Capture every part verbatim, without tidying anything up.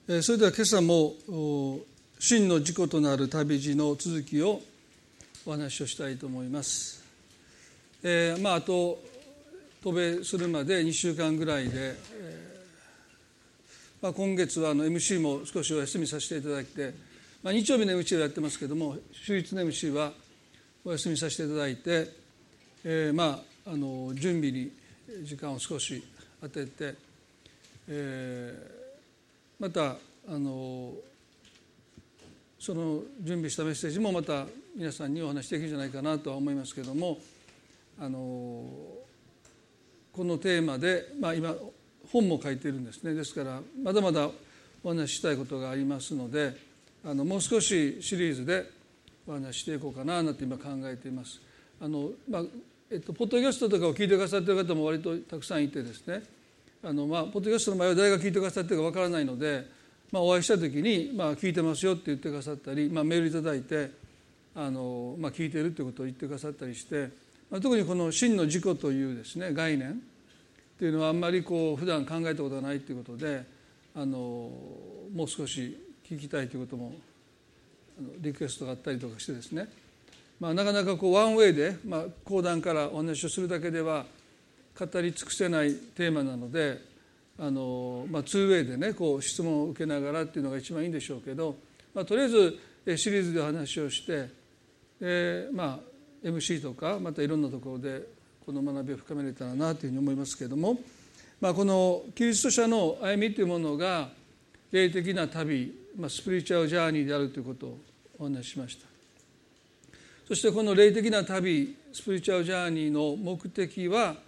それでは今朝も真の自己となる旅路の続きをお話をしたいと思います。えー、まああと渡米するまでにしゅうかんぐらいで、えーまあ、今月はあの エムシー も少しお休みさせていただいて、まあ、日曜日の エムシー をやってますけども、週一の エムシー はお休みさせていただいて、えー、まああの準備に時間を少し当てて、えーまたあのその準備したメッセージもまた皆さんにお話しできるんじゃないかなとは思いますけれども、あのこのテーマで、まあ、今本も書いているんですね。ですからまだまだお話ししたいことがありますので、あのもう少しシリーズでお話ししていこうかななんて今考えています。あの、まあえっと、ポッドキャストとかを聞いてくださっている方も割とたくさんいてですね、あのまあ、ポッドキャストの場合は誰が聞いてくださっているかわからないので、まあ、お会いした時に、まあ、聞いてますよって言ってくださったり、まあ、メールいただいてあの、まあ、聞いているということを言ってくださったりして、まあ、特にこの真の自己というですね概念っていうのはあんまりこう普段考えたことがないということで、あのもう少し聞きたいということもあのリクエストがあったりとかしてですね、まあ、なかなかこうワンウェイで、まあ、講談からお話をするだけでは語り尽くせないテーマなので、あの、まあ、ツーウェイでねこう質問を受けながらっていうのが一番いいんでしょうけど、まあ、とりあえずシリーズで話をして、で、まあ、エムシー とかまたいろんなところでこの学びを深めれたらなというふうに思いますけれども、まあ、このキリスト者の歩みというものが霊的な旅、まあ、スピリチュアルジャーニーであるということをお話ししました。そしてこの霊的な旅スピリチュアルジャーニーの目的は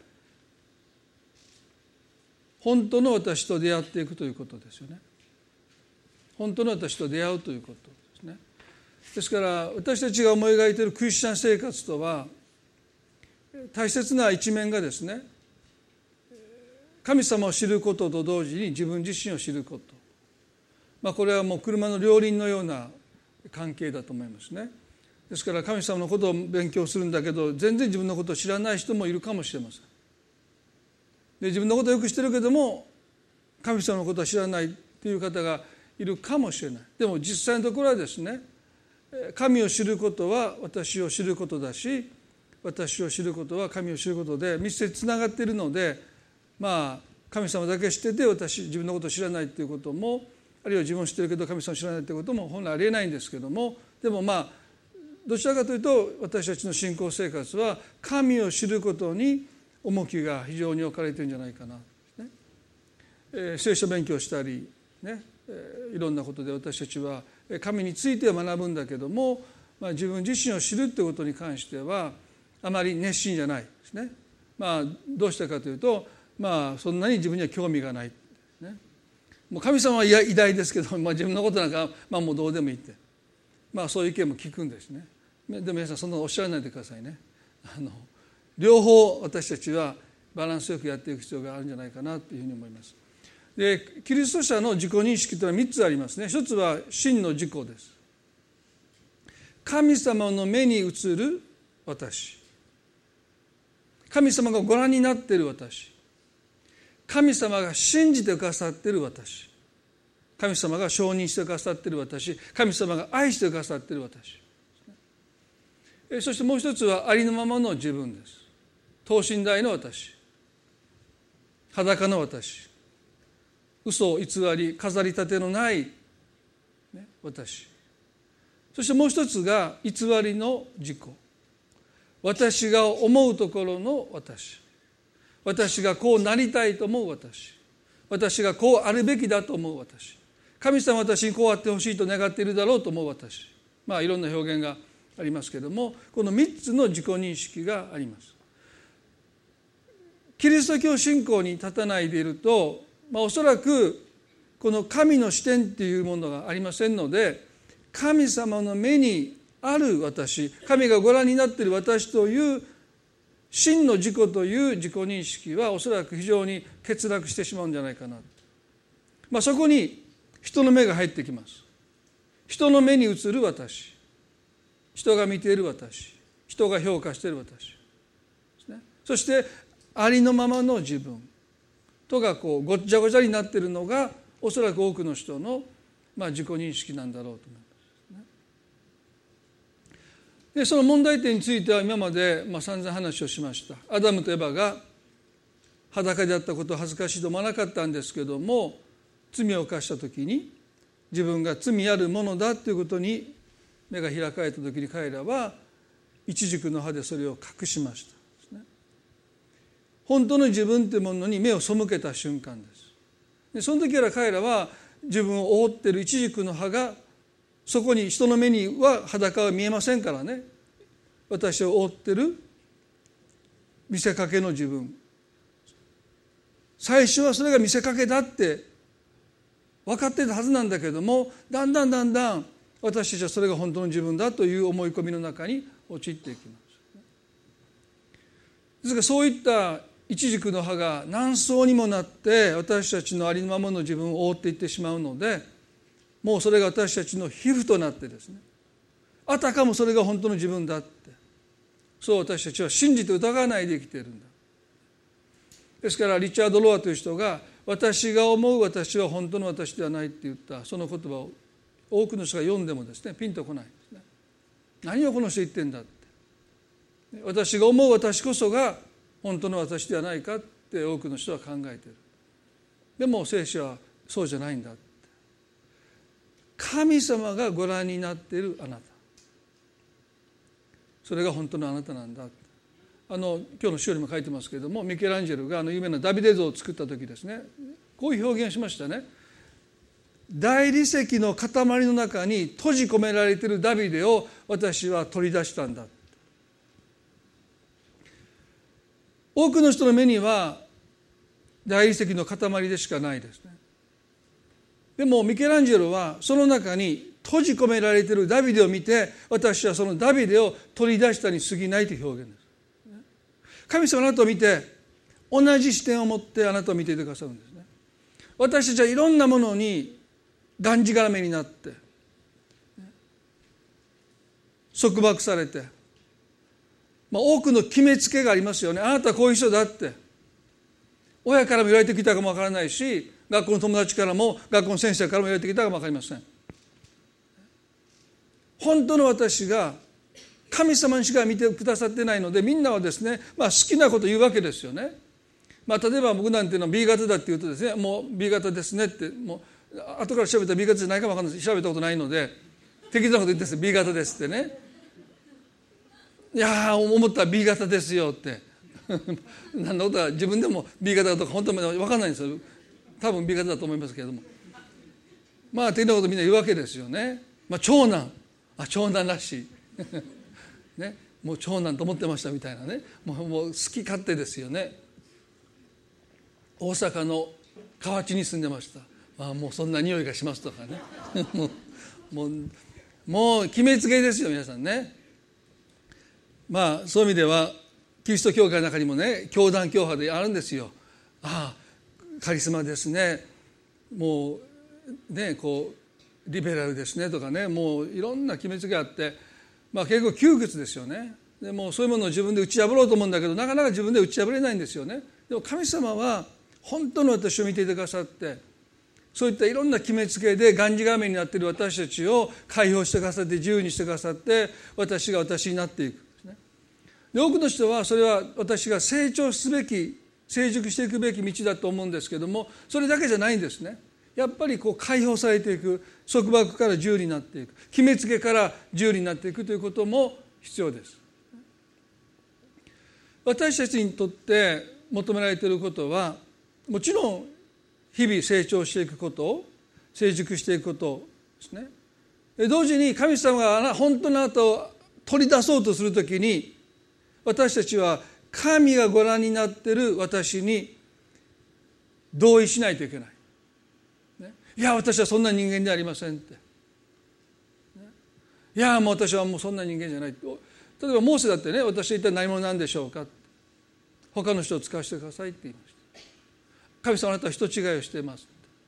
本当の私と出会っていくということですよね。本当の私と出会うということですね。ですから私たちが思い描いているクリスチャン生活とは大切な一面がですね、神様を知ることと同時に自分自身を知ること、まあ、これはもう車の両輪のような関係だと思いますね。ですから神様のことを勉強するんだけど全然自分のことを知らない人もいるかもしれません。で自分のことをよく知ってるけども神様のことは知らないという方がいるかもしれない。でも実際のところはですね、神を知ることは私を知ることだし、私を知ることは神を知ることで密接につながっているので、まあ神様だけ知ってて私自分のことを知らないということも、あるいは自分を知ってるけど神様を知らないということも本来ありえないんですけども、でもまあどちらかというと私たちの信仰生活は神を知ることに重きが非常に置かれているんじゃないかな、ねえー、聖書勉強したり、ねえー、いろんなことで私たちは神については学ぶんだけども、まあ、自分自身を知るということに関してはあまり熱心じゃないですね。まあ、どうしたかというと、まあ、そんなに自分には興味がない、ね、もう神様は偉大ですけど、まあ、自分のことなんか、まあ、もうどうでもいいって、まあ、そういう意見も聞くんですね。でも皆さんそんなのおっしゃらないでくださいね。あの両方私たちはバランスよくやっていく必要があるんじゃないかなというふうに思います。でキリスト者の自己認識というのはみっつありますね。一つは真の自己です。神様の目に映る私、神様がご覧になっている私、神様が信じてくださっている私、神様が承認してくださっている私、神様が愛してくださっている私、そしてもう一つはありのままの自分です。等身大の私、裸の私、嘘偽り飾り立てのない、ね、私、そしてもう一つが偽りの自己、私が思うところの私、私がこうなりたいと思う私、私がこうあるべきだと思う私、神様は私にこうあってほしいと願っているだろうと思う私、まあいろんな表現がありますけれども、このみっつの自己認識があります。キリスト教信仰に立たないでいると、まあ、おそらくこの神の視点というものがありませんので、神様の目にある私、神がご覧になっている私という真の自己という自己認識はおそらく非常に欠落してしまうんじゃないかな、まあ、そこに人の目が入ってきます。人の目に映る私、人が見ている私、人が評価している私ですね。そしてありのままの自分とがこうごっちゃごちゃになっているのがおそらく多くの人の、まあ、自己認識なんだろうと思います。でその問題点については今まで、まあ、散々話をしました。アダムとエバが裸であったことを恥ずかしいと思わなかったんですけども、罪を犯した時に自分が罪あるものだということに目が開かれた時に、彼らは一軸の葉でそれを隠しました。本当の自分というものに目を背けた瞬間です。でその時から彼らは自分を覆っている一軸の葉が、そこに人の目には裸は見えませんからね、私を覆っている見せかけの自分、最初はそれが見せかけだって分かっていたはずなんだけども、だんだんだんだん私たちはそれが本当の自分だという思い込みの中に陥っていきます。ですからそういった一軸の葉が何層にもなって私たちのありのままの自分を覆っていってしまうので、もうそれが私たちの皮膚となってですね、あたかもそれが本当の自分だって、そう私たちは信じて疑わないで生きているんだ。ですからリチャード・ロアという人が、私が思う私は本当の私ではないって言ったその言葉を多くの人が読んでもですね、ピンとこないんですね。何をこの人言ってんだって、私が思う私こそが本当の私ではないかって多くの人は考えている。でも聖書はそうじゃないんだって。神様がご覧になっているあなた、それが本当のあなたなんだ。あの今日の書にも書いてますけれども、ミケランジェロがあの有名なダビデ像を作った時ですね、こういう表現しましたね。大理石の塊の中に閉じ込められているダビデを私は取り出したんだ。多くの人の目には大理石の塊でしかないですね。でもミケランジェロはその中に閉じ込められているダビデを見て、私はそのダビデを取り出したに過ぎないという表現です。神様あなたを見て、同じ視点を持ってあなたを見ていてくださるんですね。私たちはいろんなものにがんじがらめになって束縛されて、まあ、多くの決めつけがありますよね。あなたはこういう人だって、親からも言われてきたかもわからないし、学校の友達からも学校の先生からも言われてきたかもわかりません。本当の私が神様にしか見てくださってないので、みんなはですね、まあ、好きなこと言うわけですよね。まあ、例えば僕なんていうのは ビー 型だって言うとですね、もう ビー 型ですねって、もう後から調べたら ビー 型じゃないかもわかんないです。調べたことないので適当なこと言ってですね、 ビー 型ですってね、いや思ったら ビー 型ですよって何のことは自分でも ビー 型とか本当に分かんないんですよ。多分 ビー 型だと思いますけれども、まあ適当なことみんな言うわけですよね。まあ、長男、あ長男らしいね、もう長男と思ってましたみたいなね、もう、もう好き勝手ですよね。大阪の河内に住んでました。まあ、もうそんな匂いがしますとかねもう、もう、もう決めつけですよ皆さんね。まあそういう意味ではキリスト教会の中にもね、教団教派であるんですよ。ああカリスマですね、もうねこうリベラルですねとかね、もういろんな決めつけがあって、まあ結構窮屈ですよね。でもそういうものを自分で打ち破ろうと思うんだけど、なかなか自分で打ち破れないんですよね。でも神様は本当の私を見ていてくださって、そういったいろんな決めつけでがんじがらめになっている私たちを解放してくださって、自由にしてくださって、私が私になっていくんですね。で多くの人はそれは私が成長すべき、成熟していくべき道だと思うんですけども、それだけじゃないんですね。やっぱりこう解放されていく、束縛から自由になっていく、決めつけから自由になっていくということも必要です。私たちにとって求められていることは、もちろん日々成長していくこと、成熟していくことですね。同時に神様が本当のあなたを取り出そうとするときに、私たちは神がご覧になっている私に同意しないといけない。いや私はそんな人間ではありませんって、いやもう私はもうそんな人間じゃない。例えばモーセだってね、私は一体何者なんでしょうか、他の人を使わせてくださいって言いました。神様あなたは人違いをしています。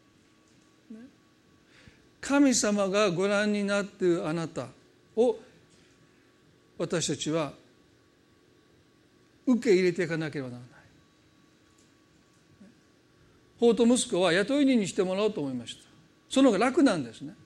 神様がご覧になっているあなたを私たちは受け入れていかなければならない。 法と息子は雇い人にしてもらおうと思いました。その方が楽なんですね。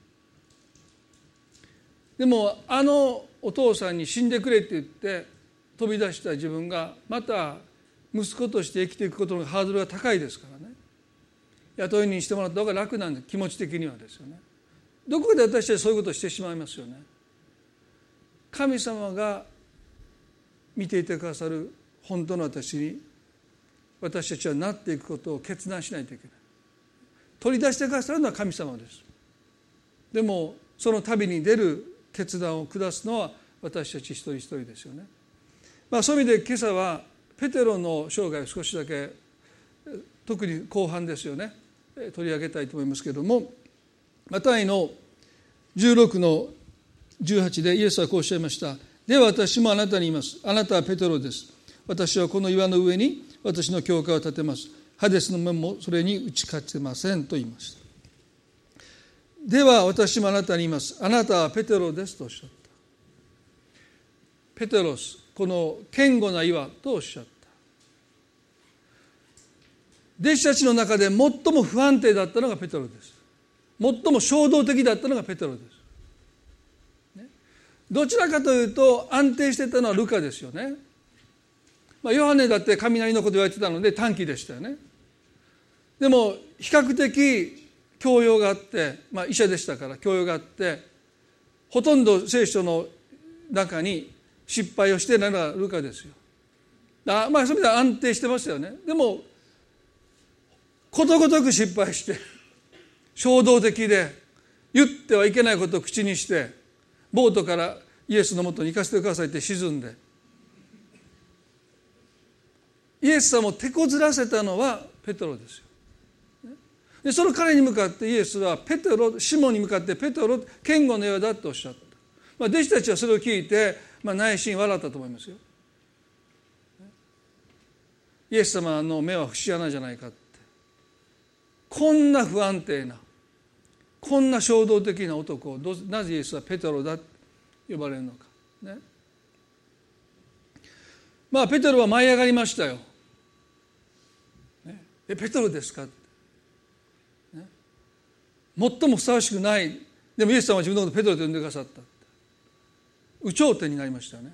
でもあのお父さんに死んでくれって言って飛び出した自分がまた息子として生きていくことのハードルが高いですからね。雇い人にしてもらった方が楽なんで、気持ち的にはですよね。どこかで私たちそういうことをしてしまいますよね。神様が見ていてくださる本当の私に私たちはなっていくことを決断しないといけない。取り出してくださるのは神様です。でもその旅に出る決断を下すのは私たち一人一人ですよね。まあ、そういう意味で今朝はペテロの生涯を少しだけ、特に後半ですよね、取り上げたいと思いますけれども、マタイのじゅうろくのじゅうはちでイエスはこうおっしゃいました。では私もあなたに言います。あなたはペテロです。私はこの岩の上に私の教会を建てます。ハデスの門もそれに打ち勝てませんと言いました。では私もあなたに言います。あなたはペテロですとおっしゃった。ペテロス、この堅固な岩とおっしゃった。弟子たちの中で最も不安定だったのがペテロです。最も衝動的だったのがペテロです、ね、どちらかというと安定していたのはルカですよね。まあ、ヨハネだって雷のこと言われてたので短気でしたよね。でも比較的教養があって、まあ、医者でしたから教養があって、ほとんど聖書の中に失敗をしていないのがルカですよ。あ、まあ、そういう意味では安定してましたよね。でもことごとく失敗して衝動的で言ってはいけないことを口にしてボートからイエスのもとに行かせてくださいって沈んで、イエス様を手こずらせたのはペテロですよ。でその彼に向かってイエスはペテロ、シモンに向かってペテロ、堅固のようだとおっしゃった。まあ、弟子たちはそれを聞いて、まあ、内心笑ったと思いますよ。イエス様の目は節穴じゃないかって。こんな不安定な、こんな衝動的な男をどなぜイエスはペテロだと呼ばれるのか、ね、まあペテロは舞い上がりましたよ、ね、えペテロですかって、ね、最もふさわしくない。でもイエス様は自分のことをペテロと呼んでくださった。有頂天になりましたよね。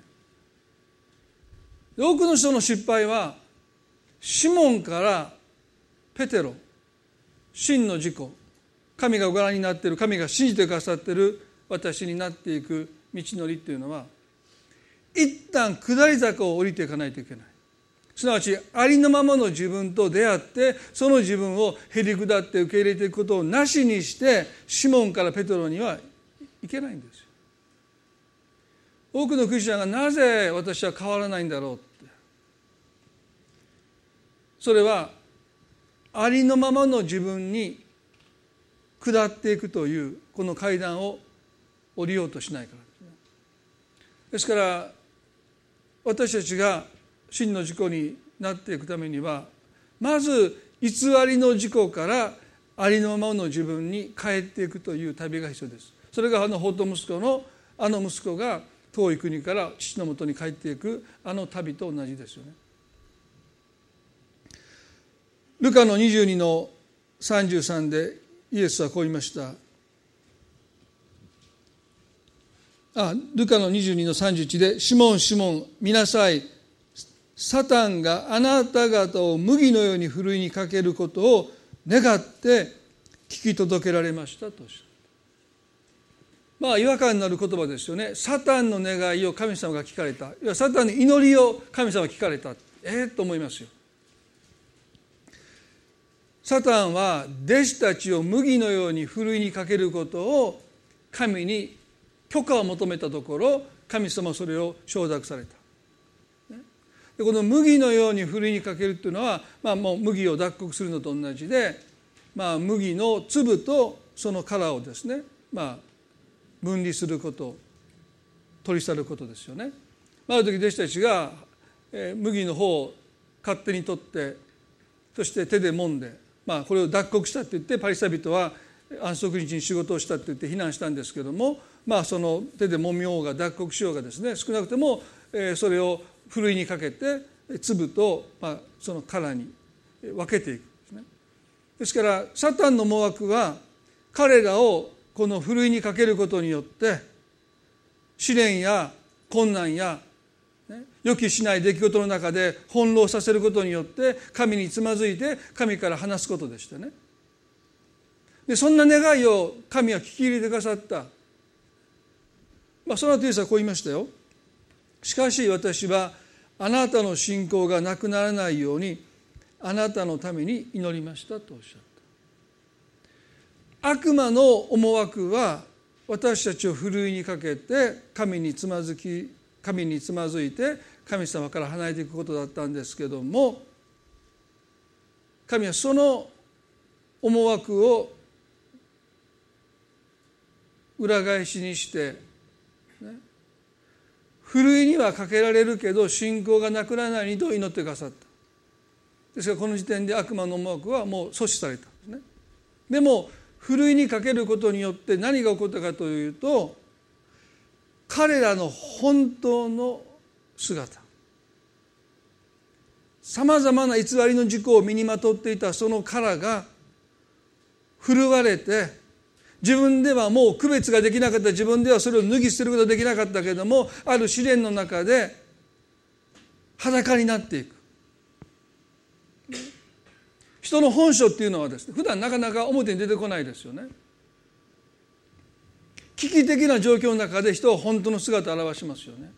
多くの人の失敗はシモンからペテロ、真の自己、神がご覧になっている、神が信じてくださっている私になっていく道のりっていうのは、一旦下り坂を降りていかないといけない。すなわちありのままの自分と出会って、その自分をへり下って受け入れていくことをなしにして、シモンからペテロにはいけないんですよ。多くのクリスチャンがなぜ私は変わらないんだろうって、それはありのままの自分に下っていくというこの階段を降りようとしないからですね。ですから私たちが真の自己になっていくためには、まず偽りの自己からありのままの自分に帰っていくという旅が必要です。それがあの法と息子のあの息子が遠い国から父のもとに帰っていくあの旅と同じですよね。ルカのにじゅうにのさんじゅうさんでイエスはこう言いました。あ、ルカのにじゅうにのさんじゅういちで、シモンシモン見なさい、サタンがあなた方を麦のようにふるいにかけることを願って聞き届けられましたとおっしゃった。まあ違和感のある言葉ですよね。サタンの願いを神様が聞かれた。いやサタンの祈りを神様が聞かれた。ええと思いますよ。サタンは弟子たちを麦のようにふるいにかけることを神に許可を求めたところ、神様はそれを承諾された。でこの麦のようにふるいにかけるというのは、まあ、もう麦を脱穀するのと同じで、まあ、麦の粒とその殻をですね、まあ、分離すること、取り去ることですよね。ある時弟子たちが、えー、麦の方を勝手に取って、そして手で揉んで、まあ、これを脱穀したって言ってパリサイ人は安息日に仕事をしたって言って非難したんですけども、まあ、その手で揉みようが脱穀しようがですね、少なくとも、えー、それをふるいにかけて粒と、まあ、その殻に分けていくんですね。 ですからサタンの思惑は彼らをこのふるいにかけることによって試練や困難や予期しない出来事の中で翻弄させることによって神につまずいて神から離すことでしたね。でそんな願いを神は聞き入れてくださった。まあ、その後イエスはこう言いましたよ。しかし私はあなたの信仰がなくならないようにあなたのために祈りましたとおっしゃった。悪魔の思惑は私たちをふるいにかけて神につまずき神につまずいて神様から離れていくことだったんですけども、神はその思惑を裏返しにして、ね、ふるいにはかけられるけど信仰がなくならないようにと祈ってくださった。ですからこの時点で悪魔の思惑はもう阻止されたんですね。でもふるいにかけることによって何が起こったかというと、彼らの本当の姿、さまざまな偽りの自己を身にまとっていたその殻が振るわれて、自分ではもう区別ができなかった、自分ではそれを脱ぎ捨てることができなかったけれども、ある試練の中で裸になっていく。人の本性っていうのはですね、普段なかなか表に出てこないですよね。危機的な状況の中で人は本当の姿を表しますよね。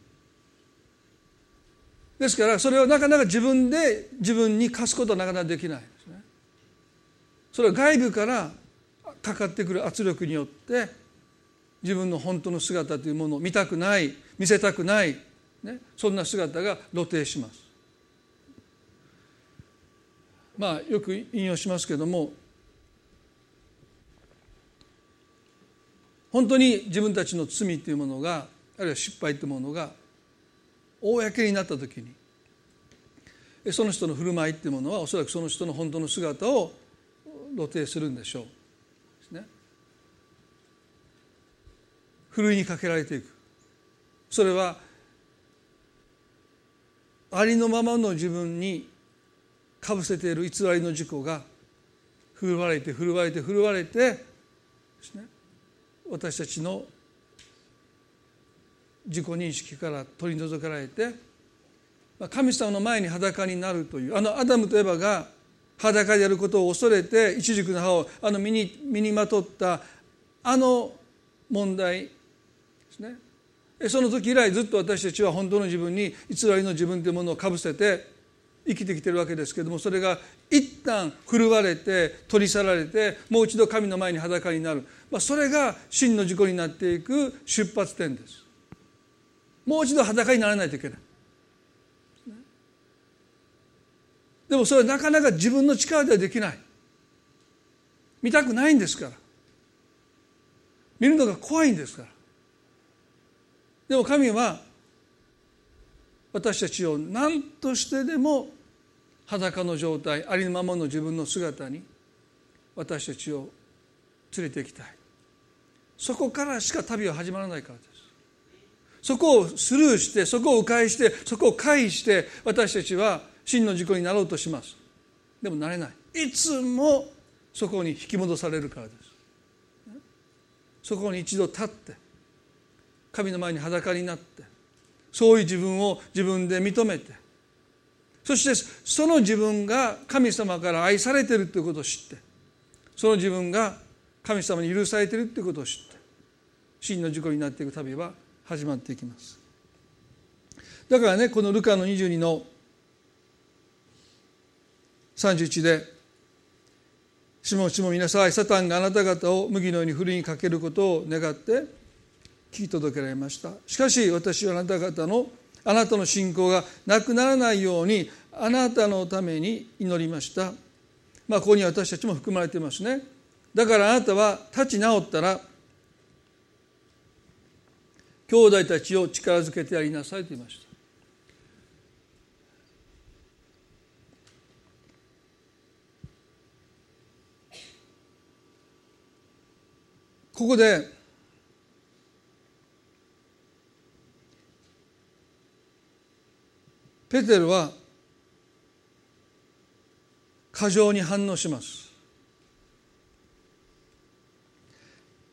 ですからそれをなかなか自分で自分に課すことはなかなかできないですね。それは外部からかかってくる圧力によって自分の本当の姿というものを見たくない、見せたくない、ね、そんな姿が露呈します。まあよく引用しますけども、本当に自分たちの罪というものが、あるいは失敗というものが公になったときに、その人の振る舞いというものはおそらくその人の本当の姿を露呈するんでしょうですね。ふるいにかけられていく。それはありのままの自分にかぶせている偽りの自己が振るわれて振るわれて振るわれてですね、私たちの自己認識から取り除かれて神様の前に裸になるという、あのアダムとエバが裸でやることを恐れてイチジクの葉をあの身に身にまとったあの問題ですね。その時以来ずっと私たちは本当の自分に偽りの自分というものをかぶせて生きてきているわけですけれども、それが一旦振るわれて取り去られてもう一度神の前に裸になる、まあ、それが真の自己になっていく出発点です。もう一度裸にならないといけない。でもそれはなかなか自分の力ではできない。見たくないんですから。見るのが怖いんですから。でも神は私たちを何としてでも裸の状態、ありのままの自分の姿に私たちを連れて行きたい。そこからしか旅は始まらないからです。そこをスルーして、そこを迂回して、そこを回避して私たちは真の自己になろうとします。でもなれない。いつもそこに引き戻されるからです。そこに一度立って神の前に裸になって、そういう自分を自分で認めて、そしてその自分が神様から愛されているということを知って、その自分が神様に許されているということを知って真の自己になっていく旅は始まっていきます。だからね、このルカのにじゅうにのさんじゅういちで、しもしも見なさい、サタンがあなた方を麦のようにふるいにかけることを願って聞き届けられました。しかし私はあなた方のあなたの信仰がなくならないようにあなたのために祈りました。まあここには私たちも含まれていますね。だからあなたは立ち直ったら兄弟たちを力づけてやりなさいと言いました。ここでペテロは過剰に反応します。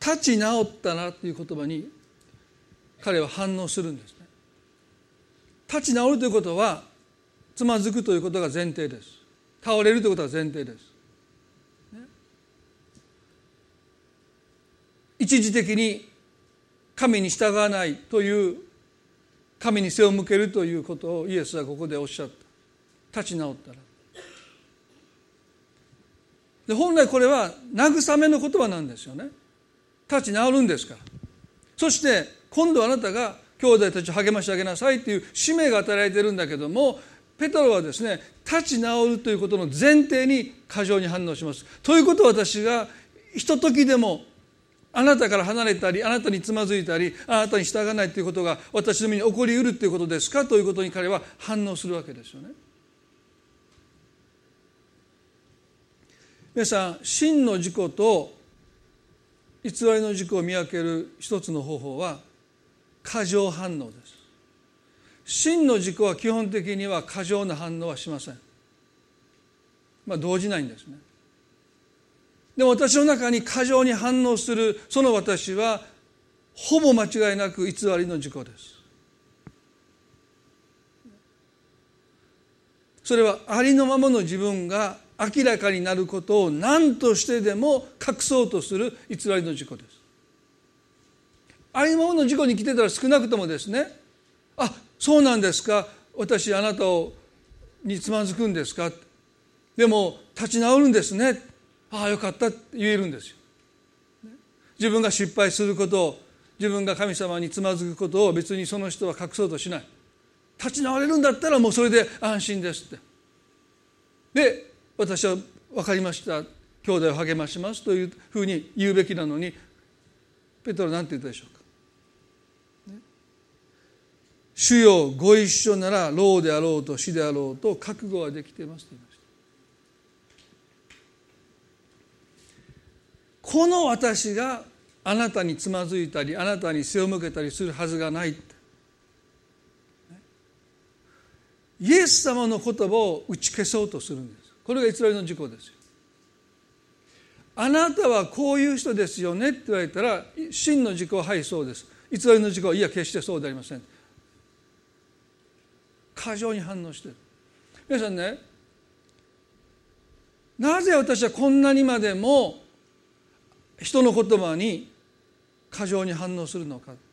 立ち直ったなという言葉に彼は反応するんですね。立ち直るということはつまずくということが前提です。倒れるということが前提です、ね、一時的に神に従わないという、神に背を向けるということをイエスはここでおっしゃった。立ち直ったら。で、本来これは慰めの言葉なんですよね。立ち直るんですから。そして今度あなたが兄弟たちを励ましてあげなさいという使命が与えられているんだけども、ペトロはですね、立ち直るということの前提に過剰に反応します。ということは、私がひとときでもあなたから離れたり、あなたにつまずいたり、あなたに従わないということが私の身に起こりうるということですかということに彼は反応するわけですよね。皆さん、真の自己と偽りの自己を見分ける一つの方法は過剰反応です。真の自己は基本的には過剰な反応はしません。まあ動じないんですね。でも私の中に過剰に反応するその私はほぼ間違いなく偽りの自己です。それはありのままの自分が明らかになることを何としてでも隠そうとする偽りの自己です。ありのままの自己に生きてたら少なくともですね、あ、そうなんですか、私あなたをにつまずくんですか、でも立ち直るんですね、ああよかったって言えるんですよ。自分が失敗することを、自分が神様につまずくことを別にその人は隠そうとしない。立ち直れるんだったらもうそれで安心ですって。で、私は分かりました、兄弟を励ましますというふうに言うべきなのに、ペトロは何て言ったでしょうか。主よご一緒なら老であろうと死であろうと覚悟はできていますと言いました。この私があなたにつまずいたりあなたに背を向けたりするはずがない。イエス様の言葉を打ち消そうとするんです。これが偽りの自己ですよ。あなたはこういう人ですよねって言われたら、真の自己ははいそうです。偽りの自己はいや決してそうでありません。過剰に反応している。皆さんね、なぜ私はこんなにまでも人の言葉に過剰に反応するのか。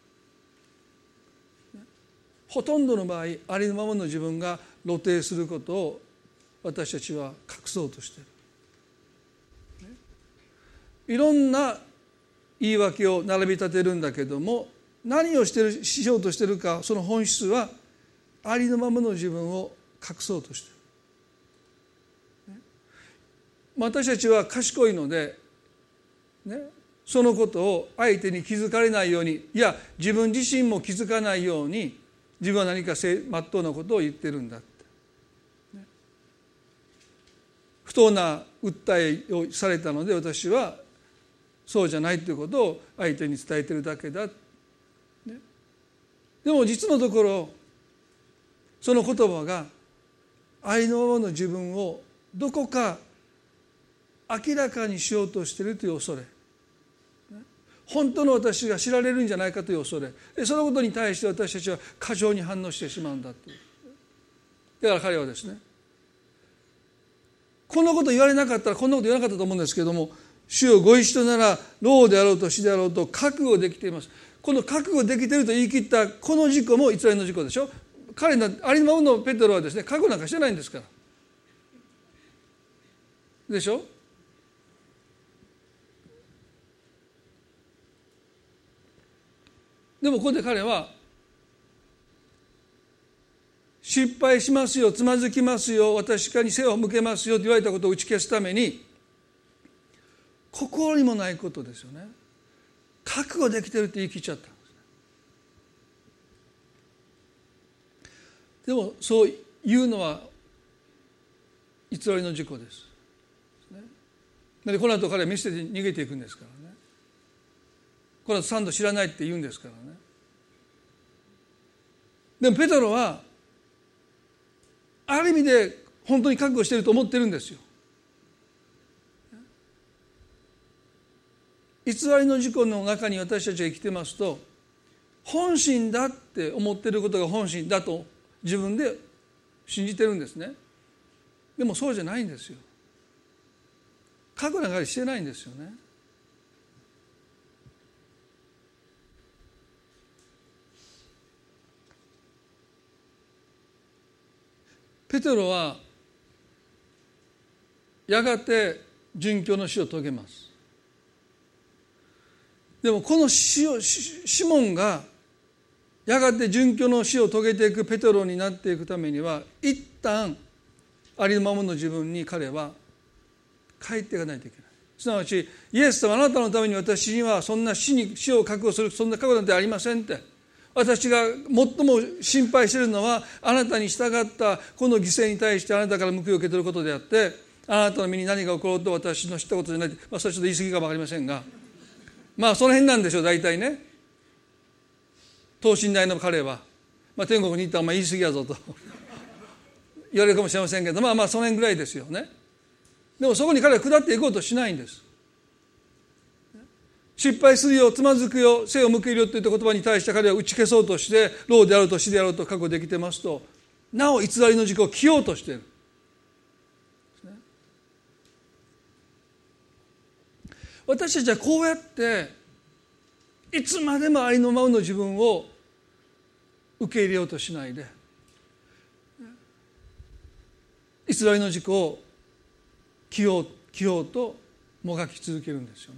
ほとんどの場合、ありのままの自分が露呈することを私たちは隠そうとしている。いろんな言い訳を並び立てるんだけども、何をしてるしようとしているか、その本質はありのままの自分を隠そうとしている。私たちは賢いので、ね、そのことを相手に気づかれないように、いや自分自身も気づかないように自分は何かまっとうなことを言ってるんだって、ね、不当な訴えをされたので私はそうじゃないということを相手に伝えてるだけだ、ね、でも実のところその言葉がありのままの自分をどこか明らかにしようとしているという恐れ、本当の私が知られるんじゃないかという恐れ、そのことに対して私たちは過剰に反応してしまうんだという。だから彼はですね、こんなこと言われなかったらこんなこと言わなかったと思うんですけれども、主よご一緒なら老であろうと死であろうと覚悟できています。この覚悟できていると言い切ったこの自己も偽りの自己でしょ。彼のありのままのペテロはですね、覚悟なんかしてないんですからでしょ。でもここで彼は失敗しますよ、つまずきますよ、私に背を向けますよと言われたことを打ち消すために、心にもないことですよね。覚悟できてるって言い切っちゃったんです。でもそう言うのは偽りの自己です。でこの後彼は見捨てて逃げていくんですからね。この後三度知らないって言うんですからね。でもペトロはある意味で本当に覚悟していると思ってるんですよ。 偽りの自己の中に私たちが生きてますと、本心だって思っていることが本心だと自分で信じてるんですね。でもそうじゃないんですよ。覚悟なんかしてないんですよね。ペテロはやがて殉教の死を遂げます。でもこの死をシモンがやがて殉教の死を遂げていくペテロになっていくためには、一旦ありのままの自分に彼は帰っていかないといけない。すなわち、イエス様、あなたのために私にはそんな死に死を覚悟するそんな覚悟なんてありませんって。私が最も心配しているのは、あなたに従ったこの犠牲に対してあなたから報いを受け取ることであって、あなたの身に何が起ころうと私の知ったことじゃない。まあ、それはちょっと言い過ぎかも分かりませんが、まあその辺なんでしょう、大体ね。等身大の彼は、まあ、天国に行ったらまあ言い過ぎやぞと言われるかもしれませんけど、まあまあその辺ぐらいですよね。でもそこに彼は下っていこうとしないんです。失敗するよ、つまずくよ、背を向けるよといった言葉に対して彼は打ち消そうとして、老であろうと死であろうと覚悟できてますと、なお偽りの自己を着ようとしている。私たちはこうやっていつまでもありのままの自分を受け入れようとしないで、偽りの自己を着よう、着ようともがき続けるんですよね。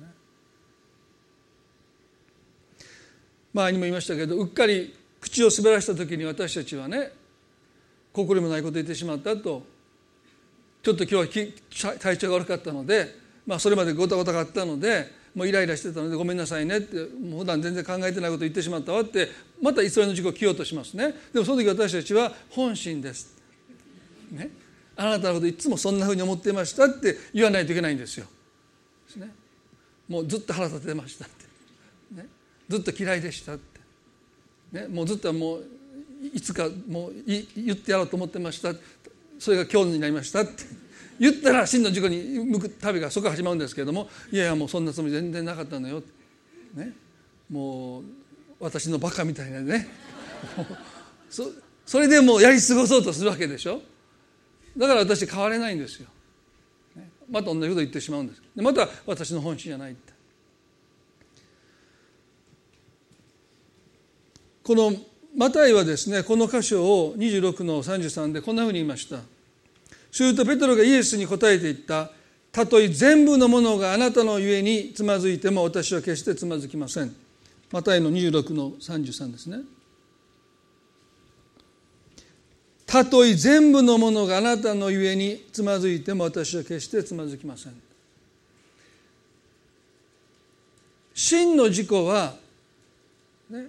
前にも言いましたけど、うっかり口を滑らした時に私たちはね、心もないことを言ってしまったと、ちょっと今日は体調が悪かったので、まあ、それまでごたごたがあったのでもうイライラしてたのでごめんなさいねって、もう普段全然考えてないことを言ってしまったわって、また偽りの自己を着ようとしますね。でもその時私たちは本心です、ね、あなたのこといつもそんなふうに思っていましたって言わないといけないんですよ、ですね、もうずっと腹立ててましたって、ね、ずっと嫌いでしたって、ね、もうずっともういつかもう言ってやろうと思ってました、それが今日になりましたって言ったら真の自己に向く旅がそこから始まるんですけれども、いやいやもうそんなつもり全然なかったのよ、ね、もう私のバカみたいなねそ, それでもうやり過ごそうとするわけでしょ。だから私変われないんですよ、ね、また同じこと言ってしまうんです。でまた私の本心じゃないって。このマタイはですね、この箇所をにじゅうろくのさんじゅうさんでこんなふうに言いました。するとペテロがイエスに答えて言った。たとえ全部のものがあなたのゆえにつまずいても私は決してつまずきません。マタイのにじゅうろくのさんじゅうさんですね。たとえ全部のものがあなたのゆえにつまずいても私は決してつまずきません。真の自己は、ね、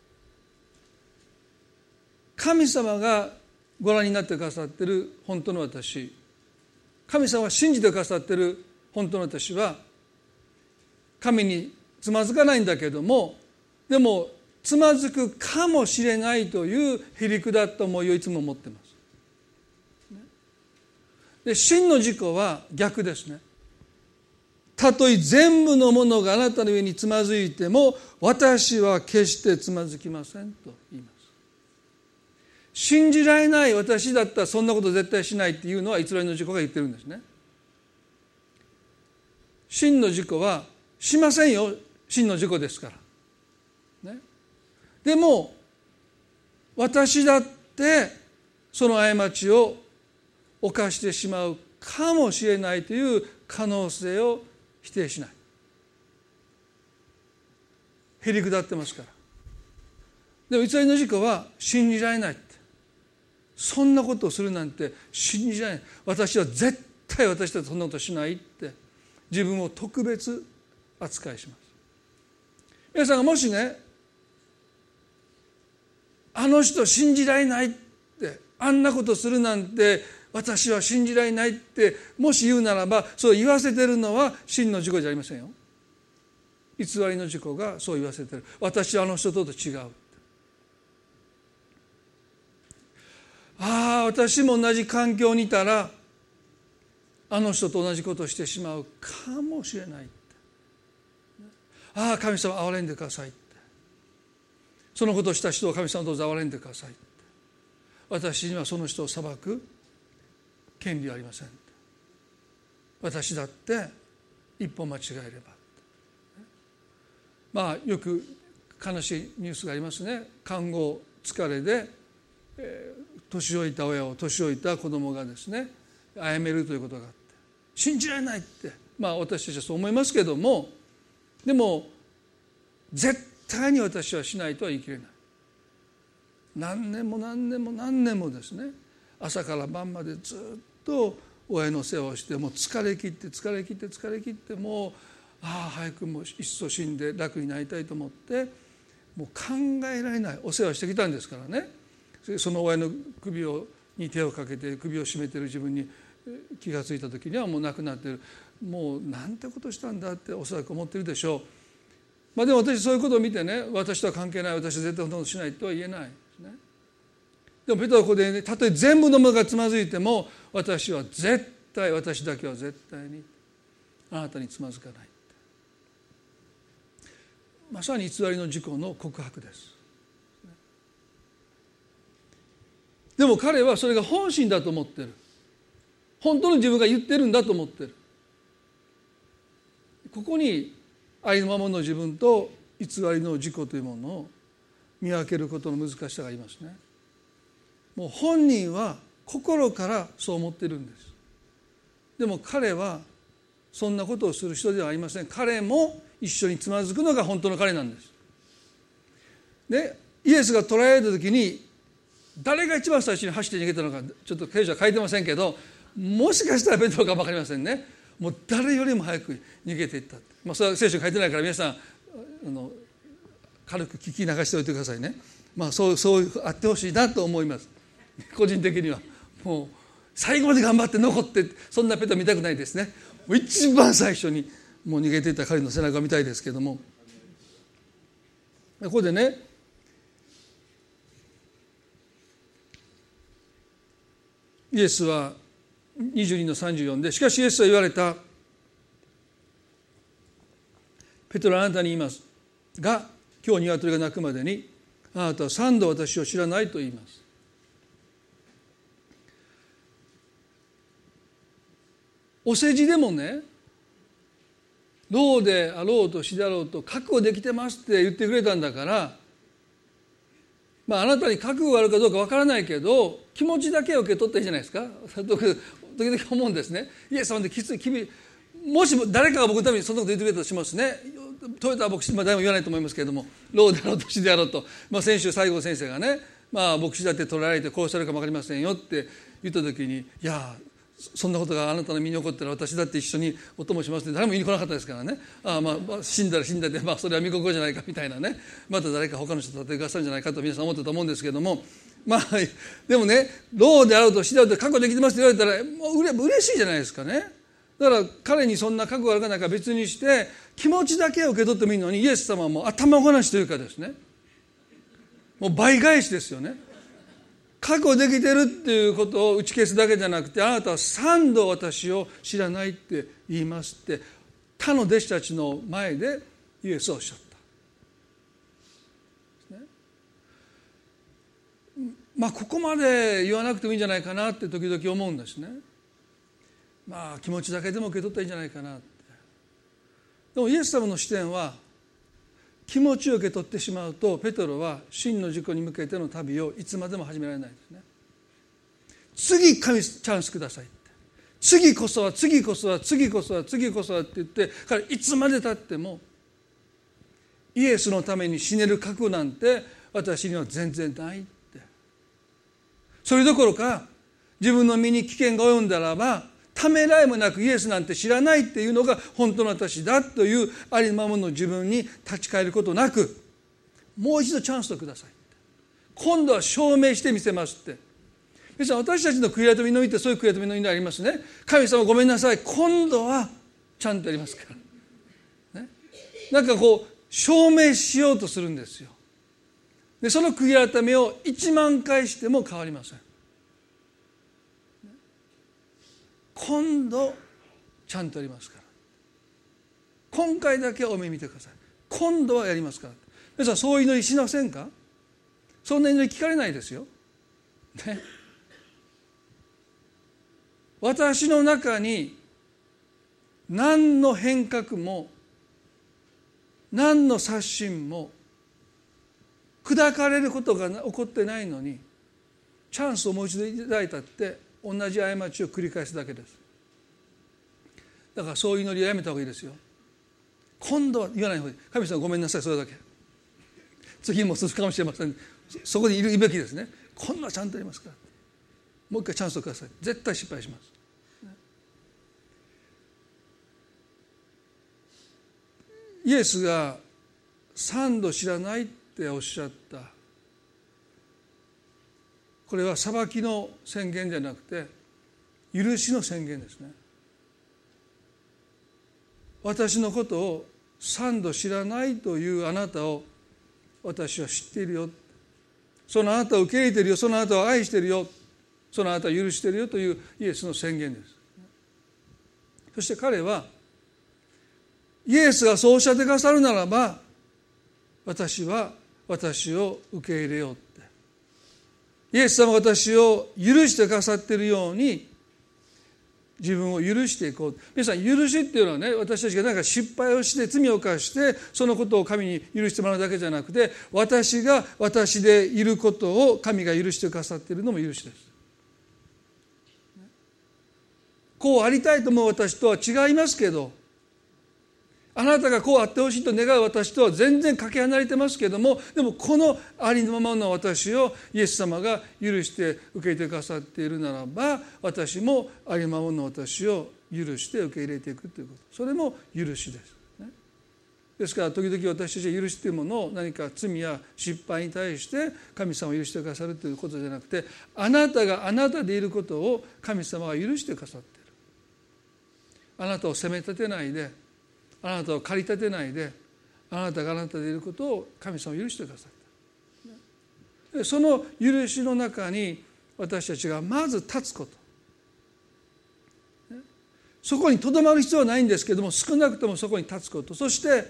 神様がご覧になってくださっている本当の私、神様は信じてくださっている本当の私は神につまずかないんだけども、でもつまずくかもしれないというへりくだった思いをいつも持っています。で真の自己は逆ですね。たとえ全部のものがあなたの上につまずいても私は決してつまずきませんと言います。信じられない私だったらそんなこと絶対しないっていうのは偽りの自己が言ってるんですね。真の自己はしませんよ、真の自己ですから、ね、でも私だってその過ちを犯してしまうかもしれないという可能性を否定しない。へりくだってますから。でも偽りの自己は信じられないって、そんなことをするなんて信じられない、私は絶対私だとそんなことしないって自分を特別扱いします。皆さんがもしね、あの人信じられないって、あんなことするなんて私は信じられないってもし言うならば、そう言わせてるのは真の自己じゃありませんよ。偽りの自己がそう言わせてる。私はあの人と違う。ああ、私も同じ環境にいたらあの人と同じことをしてしまうかもしれない。 ああ神様憐れんでくださいって、そのことをした人を神様どうぞ憐れんでくださいって、私にはその人を裁く権利はありませんって、私だって一歩間違えれば、まあよく悲しいニュースがありますね。看護疲れで、えー、年老いた親を年老いた子供がですね殺めるということがあって、信じられないって、まあ私たちはそう思いますけども、でも絶対に私はしないとは言い切れない。何年も何年も何年もですね、朝から晩までずっと親の世話をして、もう疲れ切って疲れ切って疲れ切って、もうああ早くもういっそ死んで楽になりたいと思って、もう考えられないお世話してきたんですからね。その親の首をに手をかけて首を絞めている自分に気がついた時にはもう亡くなっている。もうなんてことしたんだっておそらく思っているでしょう。まあ、でも私そういうことを見てね、私とは関係ない、私は絶対そんなことしないとは言えないですね。でもペテロはここでね、たとえ全部のものがつまずいても、私は絶対、私だけは絶対にあなたにつまずかない。まさに偽りの自己の告白です。でも彼はそれが本心だと思ってる。本当の自分が言ってるんだと思ってる。ここにありのままの自分と偽りの自己というものを見分けることの難しさがありますね。もう本人は心からそう思っているんです。でも彼はそんなことをする人ではありません。彼も一緒につまずくのが本当の彼なんです。で、イエスが捕らえられた時に誰が一番最初に走って逃げたのかちょっと聖書は書いてませんけど、もしかしたらペテロかも分かりませんね。もう誰よりも早く逃げていった。まあ、それは聖書に書いてないから皆さんあの軽く聞き流しておいてくださいね。まあそうそうあってほしいなと思います。個人的にはもう最後まで頑張って残って、そんなペテロ見たくないですね。もう一番最初にもう逃げていった彼の背中を見たいですけども、ここでね、イエスはにじゅうにのさんじゅうよんで、しかしイエスは言われた。ペテロあなたに言いますが、今日鶏が鳴くまでにあなたは三度私を知らないと言います。お世辞でもね、老であろうと死であろうと覚悟できてますって言ってくれたんだから、まああなたに覚悟があるかどうかわからないけど気持ちだけを受け取ったらいいじゃないですか。時々思うんですね。イエス様ってきつい君、もしも誰かが僕のためにそんなこと言ってくれたとしますね。トヨタは牧師、まあ、誰も言わないと思いますけれども、老であろうと死であろうと、まあ、先週西郷先生がね、まあ、牧師だって取られて殺されるかも分かりませんよって言った時に、いやそんなことがあなたの身に起こったら私だって一緒にお供しますって誰も言いに来なかったですからね。ああ、まあ、死んだら死んだで、まあ、それは御心じゃないかみたいなね、また誰か他の人立ててくださるんじゃないかと皆さん思ってたと思うんですけれども、まあでもね、老であろうと死であろうと覚悟できてますって言われたらもううれ嬉しいじゃないですかね。だから彼にそんな覚悟があるかないか別にして気持ちだけを受け取ってもいいのに、イエス様はもう頭ごなしというかですね、もう倍返しですよね。覚悟できてるっていうことを打ち消すだけじゃなくて、あなたは三度私を知らないって言いますって他の弟子たちの前でイエスはおっしゃった、ね、まあここまで言わなくてもいいんじゃないかなって時々思うんですね。まあ気持ちだけでも受け取ったらいいんじゃないかなって。でもイエス様の視点は気持ちを受け取ってしまうと、ペテロは真の自己に向けての旅をいつまでも始められないですね。次神チャンスくださいって、次こそは次こそは次こそは次こそはって言って彼いつまで経ってもイエスのために死ねる覚悟なんて私には全然ないって。それどころか自分の身に危険が及んだらばためらいもなくイエスなんて知らないっていうのが本当の私だというありのままの自分に立ち返ることなく、もう一度チャンスをください、今度は証明してみせますって。皆さん、私たちの悔い改めの祈りってそういう悔い改めの祈りありますね。神様ごめんなさい、今度はちゃんとやりますから、ね、なんかこう証明しようとするんですよ。でその悔い改めをいちまんかいしても変わりません。今度ちゃんとやりますから、今回だけお目見てください、 今度はやりますから。皆さんそういう祈りしませんか？そんな祈り聞かれないですよ、ね、私の中に何の変革も何の刷新も砕かれることが起こってないのに、チャンスをもう一度いただいたって同じ過ちを繰り返すだけです。だからそういう祈りをやめた方がいいですよ。今度は言わない方がいい。神様ごめんなさい、それだけ。次も続くかもしれません。そこにいるべきですね。今度はちゃんとやりますから、もう一回チャンスをください。絶対失敗します。イエスが三度知らないっておっしゃった、これは裁きの宣言じゃなくて許しの宣言ですね。私のことを三度知らないというあなたを私は知っているよ、そのあなたを受け入れているよ、そのあなたを愛しているよ、そのあなたを許しているよというイエスの宣言です。そして彼はイエスがそうおっしゃってくださるならば、私は私を受け入れようって、イエス様が私を許してくださっているように自分を許していこう。皆さん、許しっていうのはね、私たちが何か失敗をして罪を犯してそのことを神に許してもらうだけじゃなくて、私が私でいることを神が許してくださっているのも許しです。こうありたいと思う私とは違いますけど、あなたがこうあってほしいと願う私とは全然かけ離れてますけども、でもこのありのままの私をイエス様が許して受け入れてくださっているならば、私もありのままの私を許して受け入れていくということ、それも許しです、ね、ですから時々私たちは許しというものを何か罪や失敗に対して神様を許してくださるということじゃなくて、あなたがあなたでいることを神様が許してくださっている。あなたを責め立てないで、あなたを駆り立てないで、あなたがあなたでいることを神様を許してくださった。その許しの中に私たちがまず立つこと、そこにとどまる必要はないんですけども、少なくともそこに立つこと、そして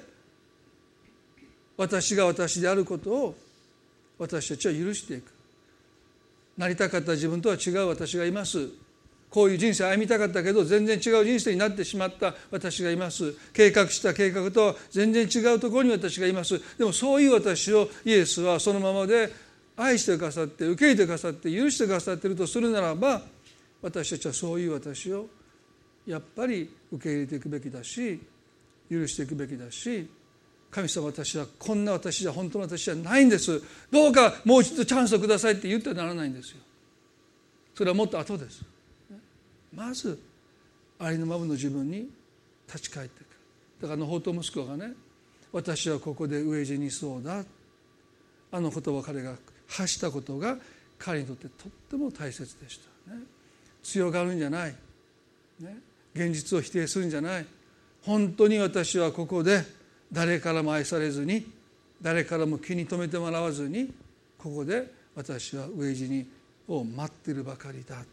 私が私であることを私たちは許していく。なりたかった自分とは違う私がいます。こういう人生を歩みたかったけど全然違う人生になってしまった私がいます。計画した計画と全然違うところに私がいます。でもそういう私をイエスはそのままで愛してくださって、受け入れてくださって、許してくださっているとするならば、私たちはそういう私をやっぱり受け入れていくべきだし、許していくべきだし、神様、私はこんな私じゃ本当の私じゃないんです、どうかもう一度チャンスをくださいって言ってはならないんですよ。それはもっと後です。まずありのままの自分に立ち返っていく。だからあの放蕩息子がね、私はここで飢え死にそうだ、あの言葉を彼が発したことが彼にとってとっても大切でした、ね、強がるんじゃない、ね、現実を否定するんじゃない、本当に私はここで誰からも愛されずに、誰からも気に留めてもらわずに、ここで私は飢え死にを待っているばかりだって。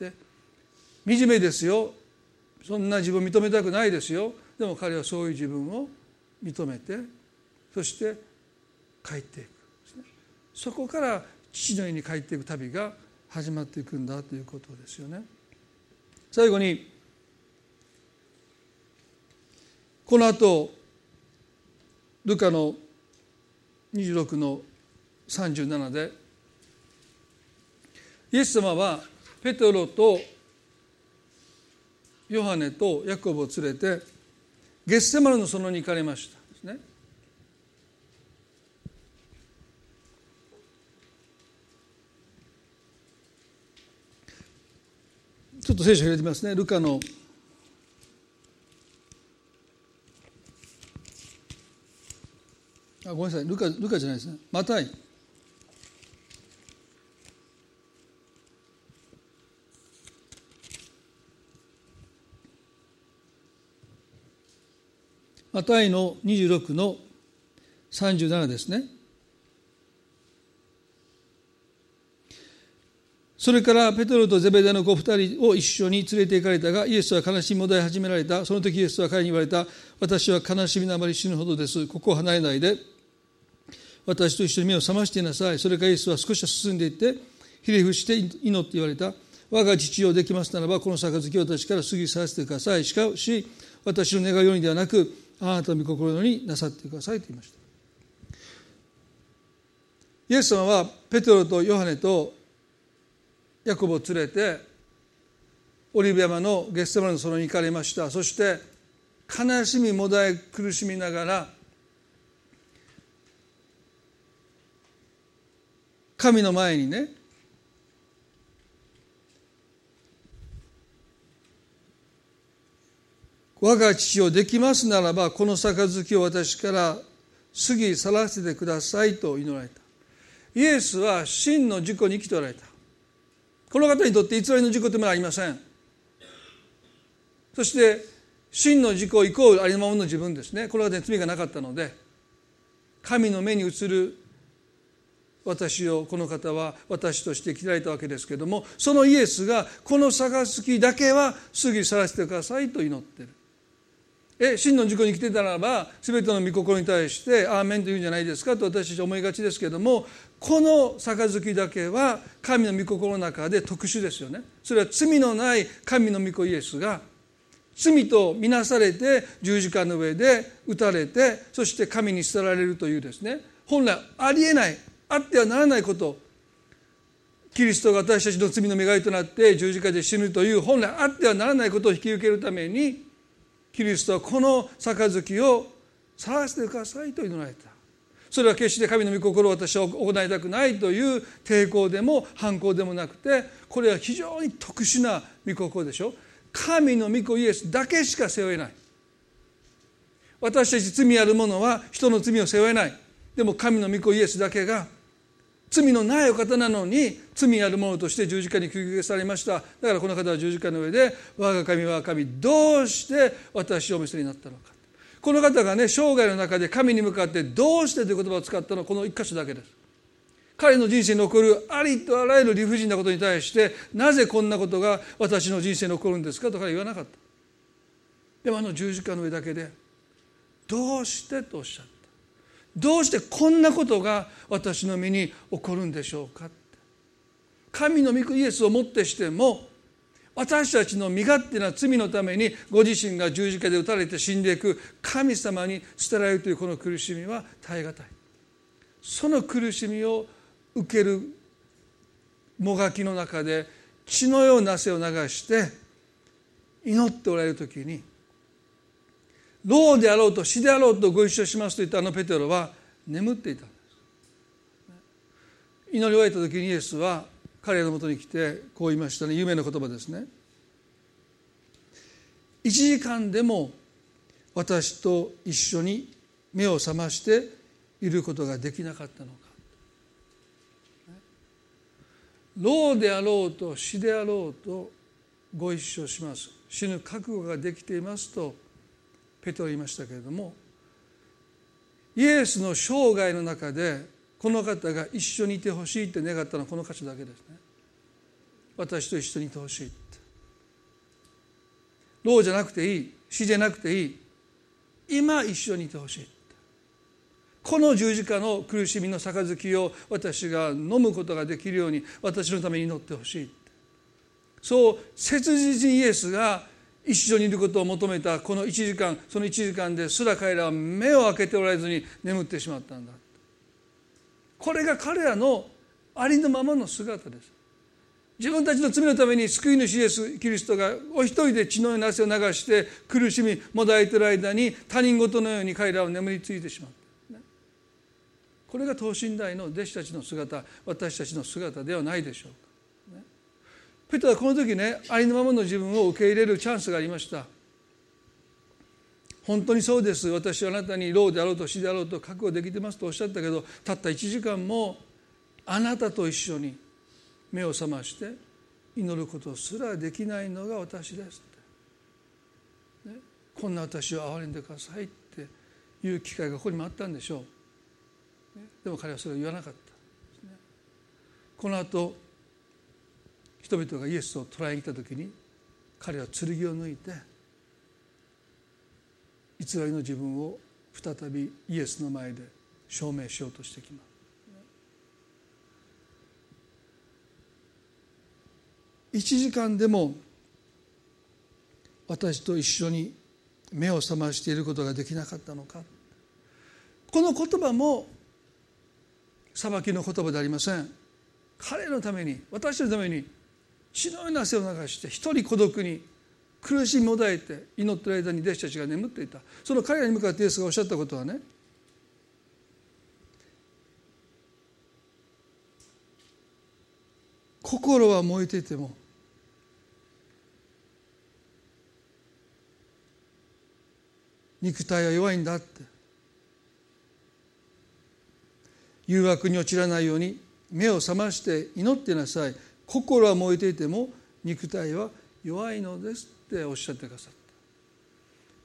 惨めですよ、そんな自分を認めたくないですよ。でも彼はそういう自分を認めて、そして帰っていく、そこから父の家に帰っていく旅が始まっていくんだということですよね。最後にこの後ルカのにじゅうろくのさんじゅうななで、イエス様はペテロとヨハネとヤコブを連れてゲッセマネの園に行かれましたですね。ちょっと聖書を開いてみますね。ルカのあごめんなさい、ルカ、ルカじゃないですね、マタイマタイのにじゅうろくのさんじゅうななですね。それからペテロとゼベダの子二人を一緒に連れて行かれたが、イエスは悲しみもだえ始められた。その時イエスは彼に言われた。 私は悲しみのあまり死ぬほどです。ここを離れないで私と一緒に目を覚ましていなさい。それからイエスは少し進んでいってひれ伏して祈って言われた。我が父よ、できますならばこの杯を私から過ぎ去らせてください。しかし私の願うようにではなくあなたの御心のようになさってくださいと言いました。イエス様はペテロとヨハネとヤコブを連れてオリーブ山のゲッセマネの園に行かれました。そして悲しみもだえ苦しみながら神の前にね、我が父よ、できますならばこの杯を私から過ぎ去らせてくださいと祈られた。イエスは真の自己に生きておられた。この方にとって偽りの自己というものはありません。そして真の自己イコールありのままの自分ですね。この方に罪がなかったので、神の目に映る私をこの方は私として生きられたわけですけれども、そのイエスがこの杯だけは過ぎ去らせてくださいと祈っている。え真の自己に生きていたならば全ての御心に対してアーメンと言うんじゃないですかと私たちは思いがちですけれども、この杯だけは神の御心の中で特殊ですよね。それは罪のない神の御子イエスが罪とみなされて十字架の上で打たれて、そして神に捨てられるというですね、本来ありえないあってはならないこと、キリストが私たちの罪の身代わりとなって十字架で死ぬという本来あってはならないことを引き受けるために、キリストはこの杯を去らせてくださいと祈られた。それは決して神の御心を私は行いたくないという抵抗でも反抗でもなくて、これは非常に特殊な御心でしょ。神の御子イエスだけしか背負えない。私たち罪ある者は人の罪を背負えない。でも神の御子イエスだけが罪のないお方なのに罪ある者として十字架に釘付けされました。だからこの方は十字架の上で我が神我が神どうして私をお見せになったのか。この方がね、生涯の中で神に向かってどうしてという言葉を使ったのはこの一箇所だけです。彼の人生に起こるありとあらゆる理不尽なことに対して、なぜこんなことが私の人生に起こるんですかと彼は言わなかった。でもあの十字架の上だけでどうしてとおっしゃった。どうしてこんなことが私の身に起こるんでしょうかって。神の御子イエスをもってしても私たちの身勝手な罪のためにご自身が十字架で打たれて死んでいく神様に捨てられるというこの苦しみは耐え難い。その苦しみを受けるもがきの中で血のような汗を流して祈っておられるときに、老であろうと死であろうとご一緒しますと言ったあのペテロは眠っていたんです。祈り終えた時にイエスは彼のもとに来てこう言いましたね。有名な言葉ですね。一時間でも私と一緒に目を覚ましていることができなかったのか。老であろうと死であろうとご一緒します。死ぬ覚悟ができていますとペテロは言いましたけれども、イエスの生涯の中でこの方が一緒にいてほしいって願ったのはこの箇所だけですね。私と一緒にいてほしいって。老じゃなくていい、死じゃなくていい、今一緒にいてほしいって。この十字架の苦しみの杯を私が飲むことができるように私のために祈ってほしいって。そう切実にイエスが一緒にいることを求めたこのいちじかん、そのいちじかんですら彼らは目を開けておられずに眠ってしまったんだ。これが彼らのありのままの姿です。自分たちの罪のために救い主イエスキリストがお一人で血のような汗を流して苦しみもだえている間に他人事のように彼らは眠りついてしまった。これが等身大の弟子たちの姿、私たちの姿ではないでしょうか。ペテロはこの時ね、ありのままの自分を受け入れるチャンスがありました。本当にそうです、私はあなたに老であろうと死であろうと覚悟できてますとおっしゃったけど、たったいちじかんもあなたと一緒に目を覚まして祈ることすらできないのが私ですって、ね、こんな私を憐れんでくださいっていう機会がここにもあったんでしょう。でも彼はそれを言わなかった。この後人々がイエスを捕らえに来た時に彼は剣を抜いて偽りの自分を再びイエスの前で証明しようとしてきます。一時間でも私と一緒に目を覚ましていることができなかったのか。この言葉も裁きの言葉でありません。彼のために、私のために血のような汗を流して一人孤独に苦しみもだえて祈っている間に弟子たちが眠っていた。その彼らに向かってイエスがおっしゃったことはね、心は燃えていても肉体は弱いんだって。誘惑に陥らないように目を覚まして祈ってなさい。心は燃えていても肉体は弱いのですっておっしゃってくださった。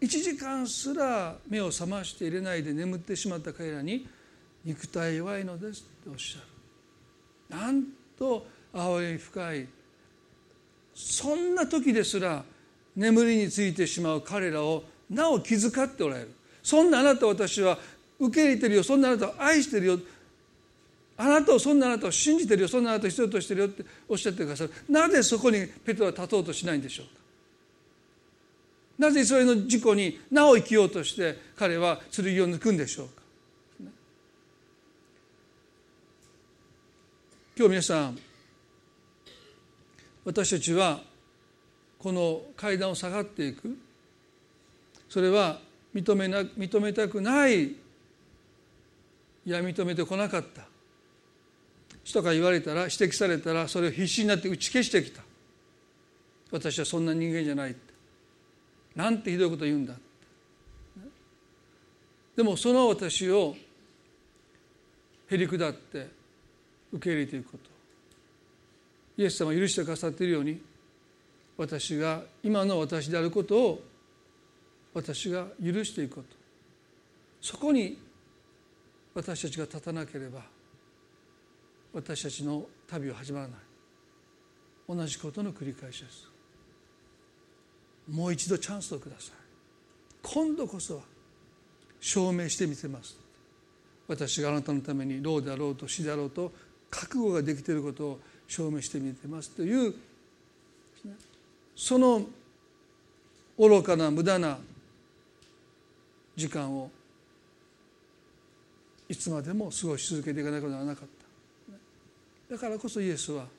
一時間すら目を覚ましていれないで眠ってしまった彼らに、肉体弱いのですっておっしゃる。なんと哀れみ深い。そんな時ですら眠りについてしまう彼らをなお気遣っておられる。そんなあなたを私は受け入れてるよ、そんなあなたを愛してるよ、あなたをそんなあなたを信じてるよ、そんなあなたを必要としてるよっておっしゃってくださる。なぜそこにペテロは立とうとしないんでしょうか。なぜイスラエルの事故になお生きようとして彼は剣を抜くんでしょうか。今日皆さん、私たちはこの階段を下がっていく、それは認めな認めたくない、いや認めてこなかった人が言われたら、指摘されたらそれを必死になって打ち消してきた。私はそんな人間じゃないって、なんてひどいこと言うんだ。でもその私をへり下って受け入れていくこと、イエス様は許してくださっているように、私が今の私であることを私が許していくこと、そこに私たちが立たなければ私たちの旅は始まらない。同じことの繰り返しです。もう一度チャンスをください。今度こそは証明してみせます。私があなたのために老であろうと死であろうと覚悟ができていることを証明してみせますという、その愚かな無駄な時間をいつまでも過ごし続けていかなければならなかった。だからこそイエスは、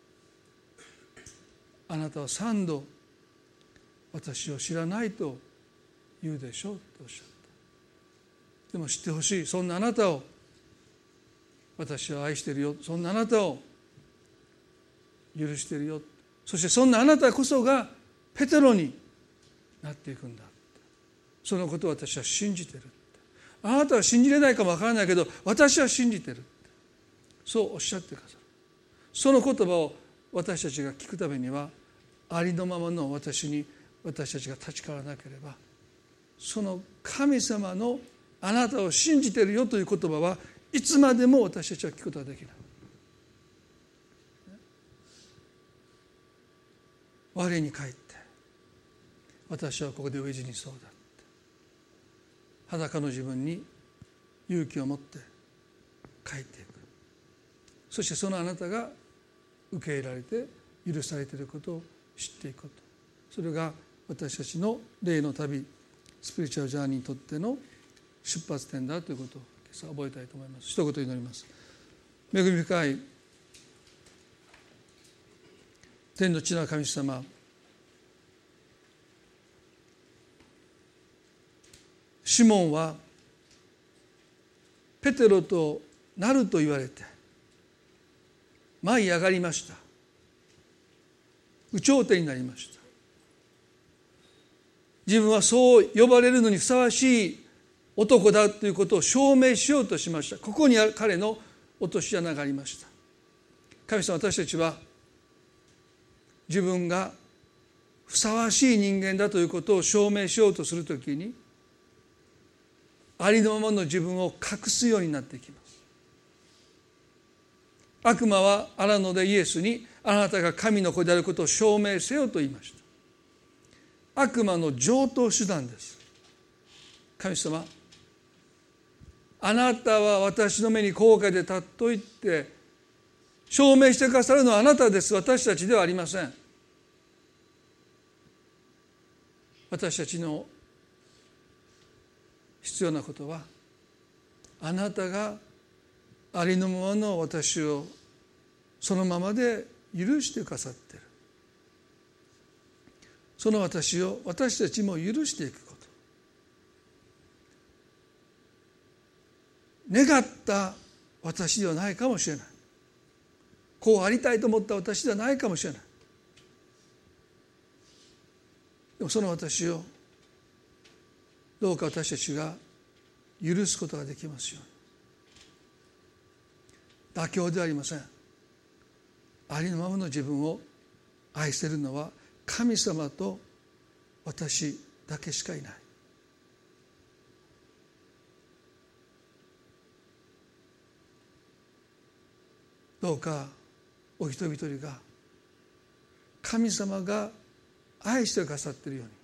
あなたは三度私を知らないと言うでしょうとおっしゃった。でも知ってほしい。そんなあなたを私は愛しているよ。そんなあなたを許しているよ。そしてそんなあなたこそがペテロになっていくんだ。そのことを私は信じている。あなたは信じれないかもわからないけど私は信じている。そうおっしゃってくださる。その言葉を私たちが聞くためには、ありのままの私に私たちが立ち返らなければ、その神様のあなたを信じているよという言葉はいつまでも私たちは聞くことはできない。我に返って私はここで飢え死にそうだって、裸の自分に勇気を持って帰っていく。そしてそのあなたが受け入れられて許されていることを知っていくこと、それが私たちの霊の旅、スピリチュアルジャーニーにとっての出発点だということを今朝覚えたいと思います。一言祈ります。恵み深い天の地の神様、シモンはペテロとなると言われて舞い上がりました。有頂天になりました。自分はそう呼ばれるのにふさわしい男だということを証明しようとしました。ここに彼の落とし穴がありました。神様、私たちは自分がふさわしい人間だということを証明しようとするときに、ありのままの自分を隠すようになっていきます。悪魔は荒野でイエスに、あなたが神の子であることを証明せよと言いました。悪魔の常套手段です。 神様、あなたは私の目に高価で尊いって証明してくださるのはあなたです。私たちではありません。私たちの必要なことは、あなたがありのままの私をそのままで許してくださっている。その私を私たちも許していくこと。願った私ではないかもしれない。こうありたいと思った私ではないかもしれない。でもその私をどうか私たちが許すことができますように。妥協ではありません。ありのままの自分を愛せるのは神様と私だけしかいない。どうかお一人一人が神様が愛してくださっているように、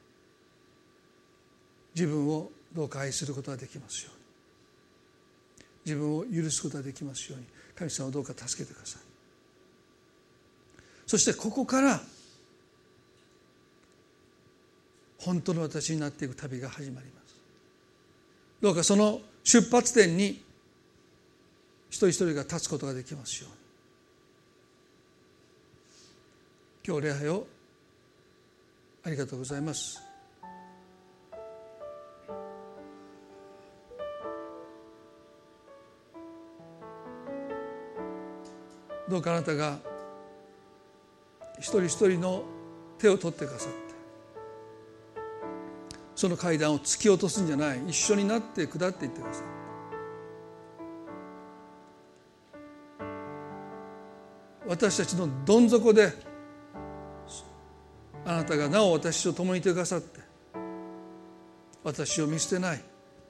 自分をどうか愛することができますように、自分を許すことができますように、神様をどうか助けてください。そしてここから本当の私になっていく旅が始まります。どうかその出発点に一人一人が立つことができますように。今日礼拝をありがとうございます。どうかあなたが一人一人の手を取ってくださって、その階段を突き落とすんじゃない、一緒になって下っていってください。私たちのどん底であなたがなお私と共にいてくださって、私を見捨てない。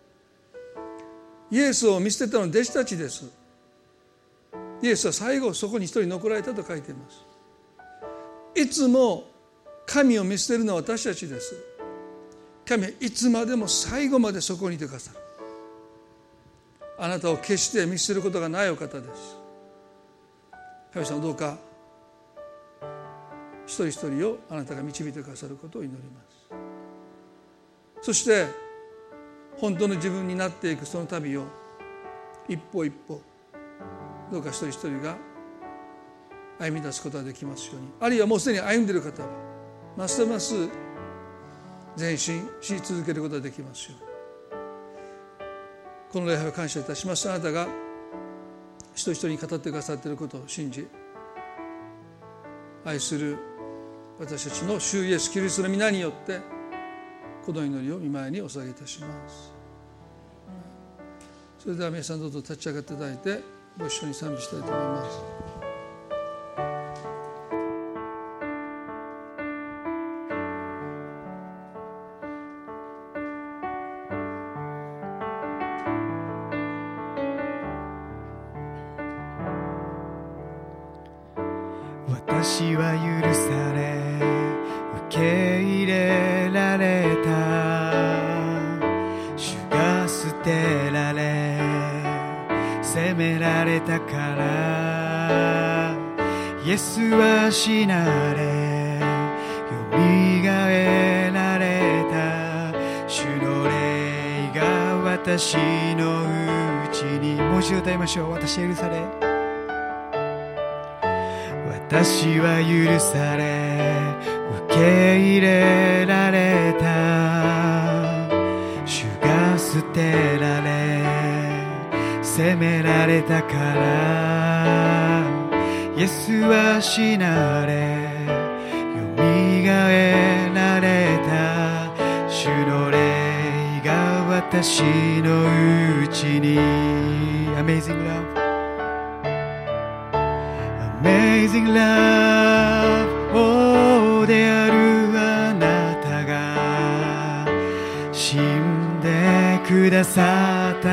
イエスを見捨てたのは弟子たちです。イエスは最後そこに一人残られたと書いています。いつも神を見捨てるのは私たちです。神はいつまでも最後までそこにいてくださる。あなたを決して見捨てることがないお方です。神様どうか一人一人をあなたが導いてくださることを祈ります。そして本当の自分になっていくその旅を一歩一歩どうか一人一人が歩み出すことができますように。あるいはもうすでに歩んでいる方はますます前進し続けることができますように。この礼拝を感謝いたします。あなたが一人一人に語ってくださっていることを信じ、愛する私たちの主イエスキリストの皆によってこの祈りを御前にお捧げいたします。それでは皆さんどうぞ立ち上がっていただいてご一緒に賛美したいと思います。 私は許され受け入れられた、主が捨てられ責められたから、イエスは死なれよみがえられた、主の霊が私のうちに。もう一度歌いましょう。私は許され、私は許され受け入れられた、主が捨てられ責められたから、イエスは死なれよみがえられた、主の霊が私のうちに。 Amazing Love、Amazing Love、 王であるあなたが死んでくださった。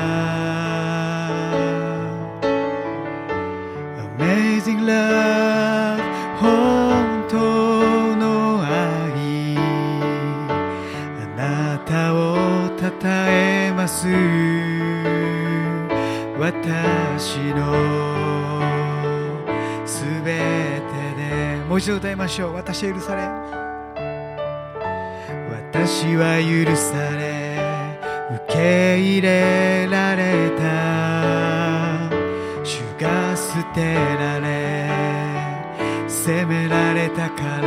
Amazing Love、 本当の愛、あなたをたたます私のすべてで。もう一度歌いましょう。私は許され、私は許され受け入れられた。主が捨てられ責められたから、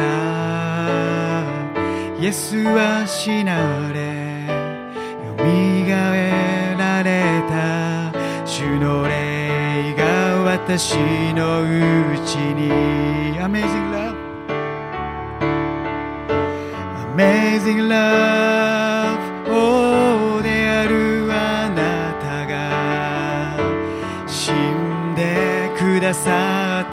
イエスは死なれよみがえられた。主の霊が私のうちに。 Amazing love Amazing love、 王であるあなたが死んでくださった。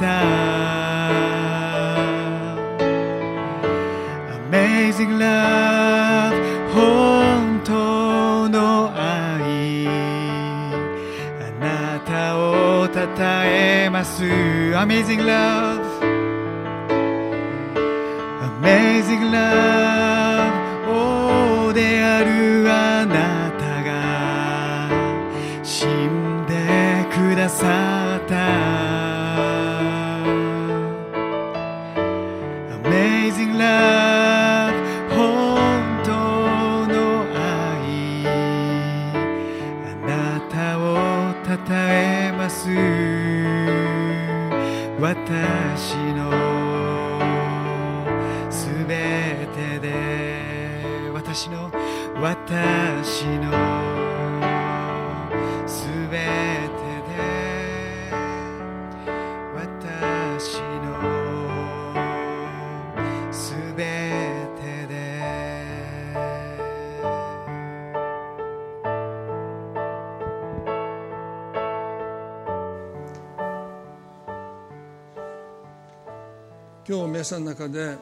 Amazing love、 本当の愛、あなたをたたえます。 Amazing love Amazing love、 王であるあなたが死んでくださった。 Amazing love、 本当の愛、あなたをたたえます。私のすべてで、私の私のすべてで、私のすべてで。 今日皆さんの中で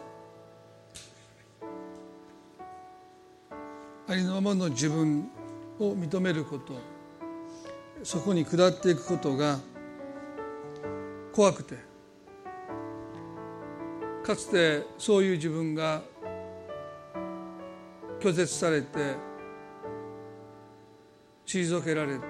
ありのままの自分を認めること、そこに下っていくことが怖くて、かつてそういう自分が拒絶されて退けられて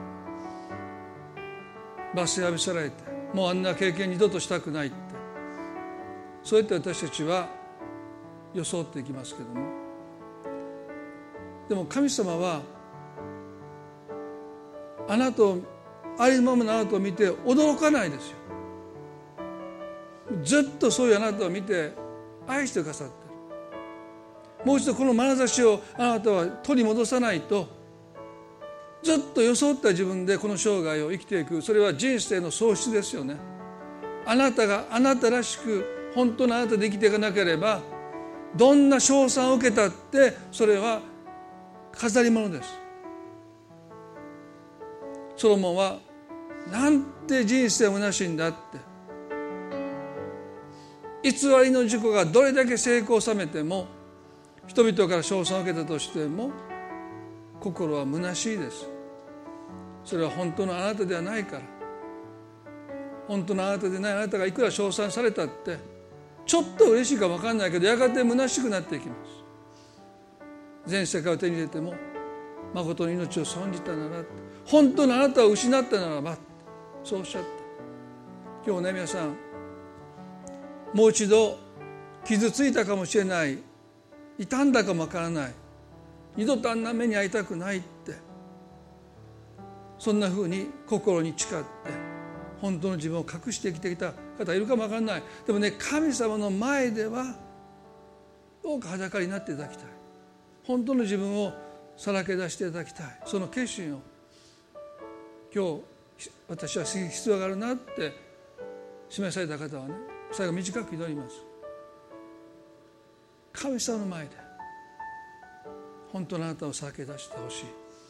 罰せ浴びせられて、もうあんな経験二度としたくないって、そうやって私たちは装っていきますけども、でも神様はあなたをありのままのあなたを見て驚かないですよ。ずっとそういうあなたを見て愛してくださってる。もう一度この眼差しをあなたは取り戻さないと、ずっと装った自分でこの生涯を生きていく、それは人生の喪失ですよね。あなたがあなたらしく本当のあなたで生きていかなければ、どんな称賛を受けたってそれは飾り物です。ソロモンはなんて人生虚しいんだって、偽りの自己がどれだけ成功を収めても、人々から称賛を受けたとしても心は虚しいです。それは本当のあなたではないから。本当のあなたでないあなたがいくら称賛されたって、ちょっと嬉しいか分かんないけど、やがて虚しくなっていきます。全世界を手に入れても誠の命を損じたなら、本当のあなたを失ったならば、そうおっしゃった。今日ね、皆さん、もう一度傷ついたかもしれない、傷んだかもわからない、二度とあんな目に遭いたくないって、そんなふうに心に誓って本当の自分を隠して生きてきた方いるかもわからない。でもね、神様の前ではどうか裸になっていただきたい。本当の自分をさらけ出していただきたい。その決心を今日私は必要があるなって示された方はね、最後短く祈ります。神様の前で本当のあなたをさらけ出してほしい。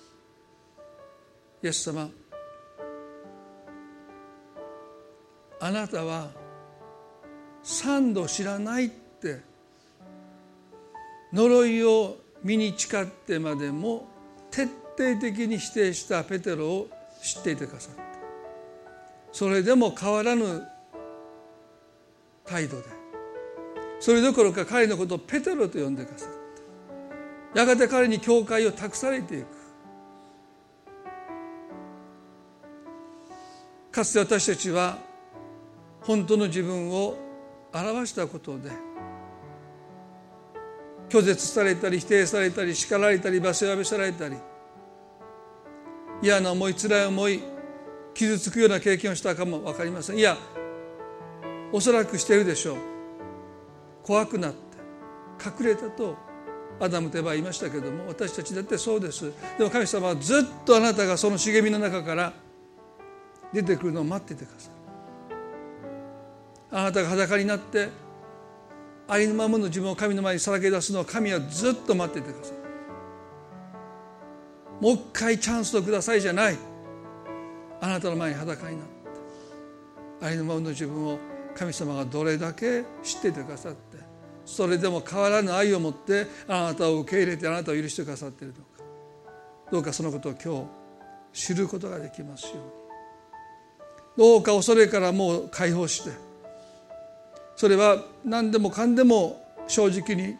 イエス様、あなたは三度知らないって呪いを身に誓ってまでも徹底的に否定したペテロを知っていてくださって、それでも変わらぬ態度で、それどころか彼のことをペテロと呼んでくださって、やがて彼に教会を託されていく。 かつて私たちは本当の自分を表したことで拒絶されたり否定されたり叱られたり罵声を浴びせられたり嫌な思い辛い思い傷つくような経験をしたかも分かりません。いやおそらくしているでしょう。怖くなって隠れたとアダムとエバは言いましたけれども、私たちだってそうです。でも神様はずっとあなたがその茂みの中から出てくるのを待っていてくださる。あなたが裸になってありのままの自分を神の前にさらけ出すのを神はずっと待っていてくださる。もう一回チャンスをくださいじゃない。あなたの前に裸になってありのままの自分を神様がどれだけ知っていてくださって、それでも変わらぬ愛を持ってあなたを受け入れてあなたを許してくださっているのか、どうかそのことを今日知ることができますように。どうか恐れからもう解放して、それは何でもかんでも正直に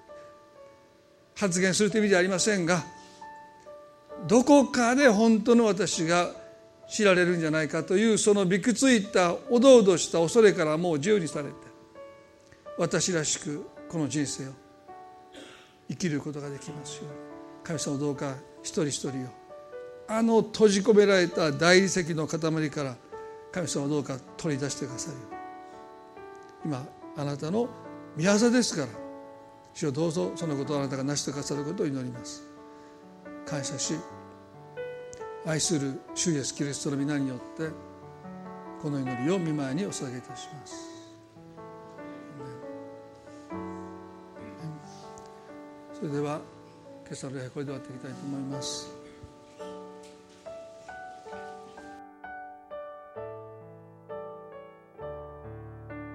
発言するという意味ではありませんが、どこかで本当の私が知られるんじゃないかというそのびくついたおどおどした恐れからもう自由にされて、私らしくこの人生を生きることができますように。神様どうか一人一人をあの閉じ込められた大理石の塊から神様どうか取り出してくださいよ。今あなたの御業ですから、主よどうぞそのことをあなたが成してくださることを祈ります。感謝し愛する主イエスキリストの皆によってこの祈りを御前にお捧げいたします。それでは今朝の礼拝これで終わっていきたいと思います。